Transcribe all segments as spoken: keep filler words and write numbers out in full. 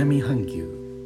南半球。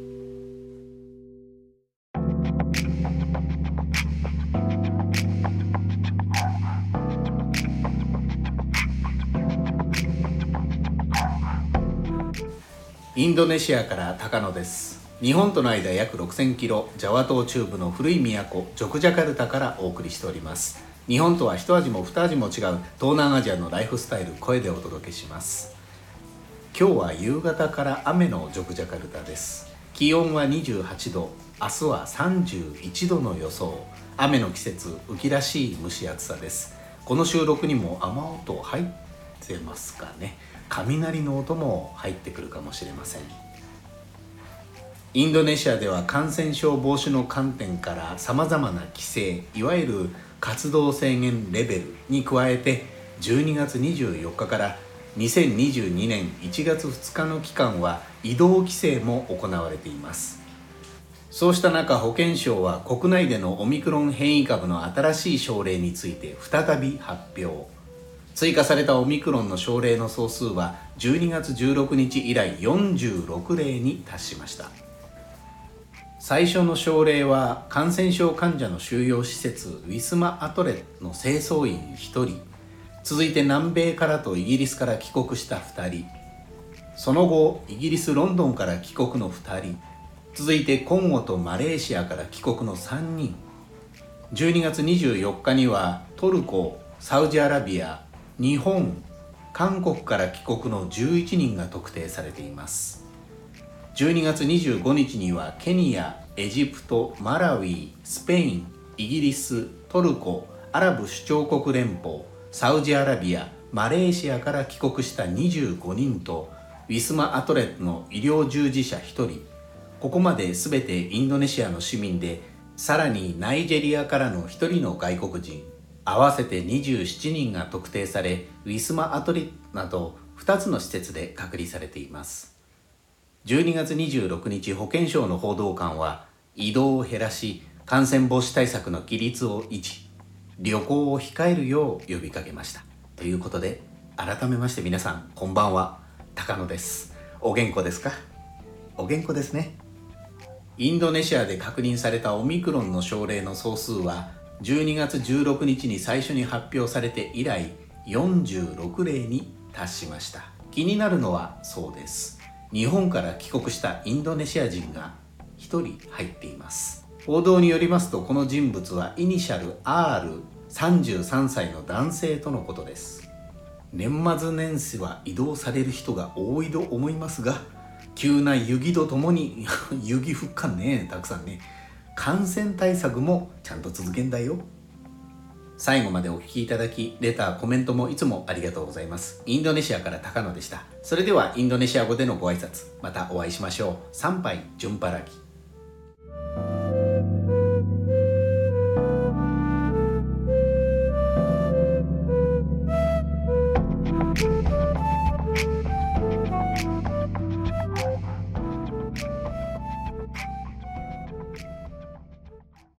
インドネシアから高野です。日本との間約ろくせんキロ、ジャワ島中部の古い都ジョクジャカルタからお送りしております。日本とは一味も二味も違う東南アジアのライフスタイル、声でお届けします。今日は夕方から雨のジョクジャカルタです。気温はにじゅうはちど、明日はさんじゅういちどの予想。雨の季節、雨季らしい蒸し暑さです。この収録にも雨音入ってますかね。雷の音も入ってくるかもしれません。インドネシアでは感染症防止の観点からさまざまな規制、いわゆる活動制限レベルに加えて、じゅうにがつにじゅうよっかからにせんにじゅうにねんいちがつふつかの期間は移動規制も行われています。そうした中、保健省は国内でのオミクロン変異株の新しい症例について再び発表。追加されたオミクロンの症例の総数はじゅうにがつじゅうろくにち以来よんじゅうろくれいに達しました。最初の症例は感染症患者の収容施設ウィスマ・アトレの清掃員ひとり、続いて南米からとイギリスから帰国したふたり、その後イギリス・ロンドンから帰国のふたり、続いてコンゴとマレーシアから帰国のさんにん、じゅうにがつにじゅうよっかにはトルコ、サウジアラビア、日本、韓国から帰国のじゅういちにんが特定されています。じゅうにがつにじゅうごにちにはケニア、エジプト、マラウィ、スペイン、イギリス、トルコ、アラブ首長国連邦、サウジアラビア、マレーシアから帰国したにじゅうごにんとウィスマ・アトレットの医療従事者ひとり、ここまで全てインドネシアの市民で、さらにナイジェリアからのひとりの外国人、合わせてにじゅうななにんが特定され、ウィスマ・アトレットなどふたつの施設で隔離されています。じゅうにがつにじゅうろくにち、保健省の報道官は、移動を減らし、感染防止対策の規律を維持、旅行を控えるよう呼びかけました。ということで、改めまして皆さん、こんばんは。高野です。お元気ですか？お元気ですね。インドネシアで確認されたオミクロンの症例の総数は、じゅうにがつじゅうろくにちに最初に発表されて以来、よんじゅうろくれいに達しました。気になるのはそうです。日本から帰国したインドネシア人がひとり入っています。報道によりますと、この人物はイニシャル アール、さんじゅうさんさいの男性とのことです。年末年始は移動される人が多いと思いますが、急な雪とともに雪降っかんね、たくさんね。感染対策もちゃんと続けんだよ。最後までお聞きいただき、レター、コメントもいつもありがとうございます。インドネシアから高野でした。それではインドネシア語でのご挨拶、またお会いしましょう。参拝、ジュンパラキ。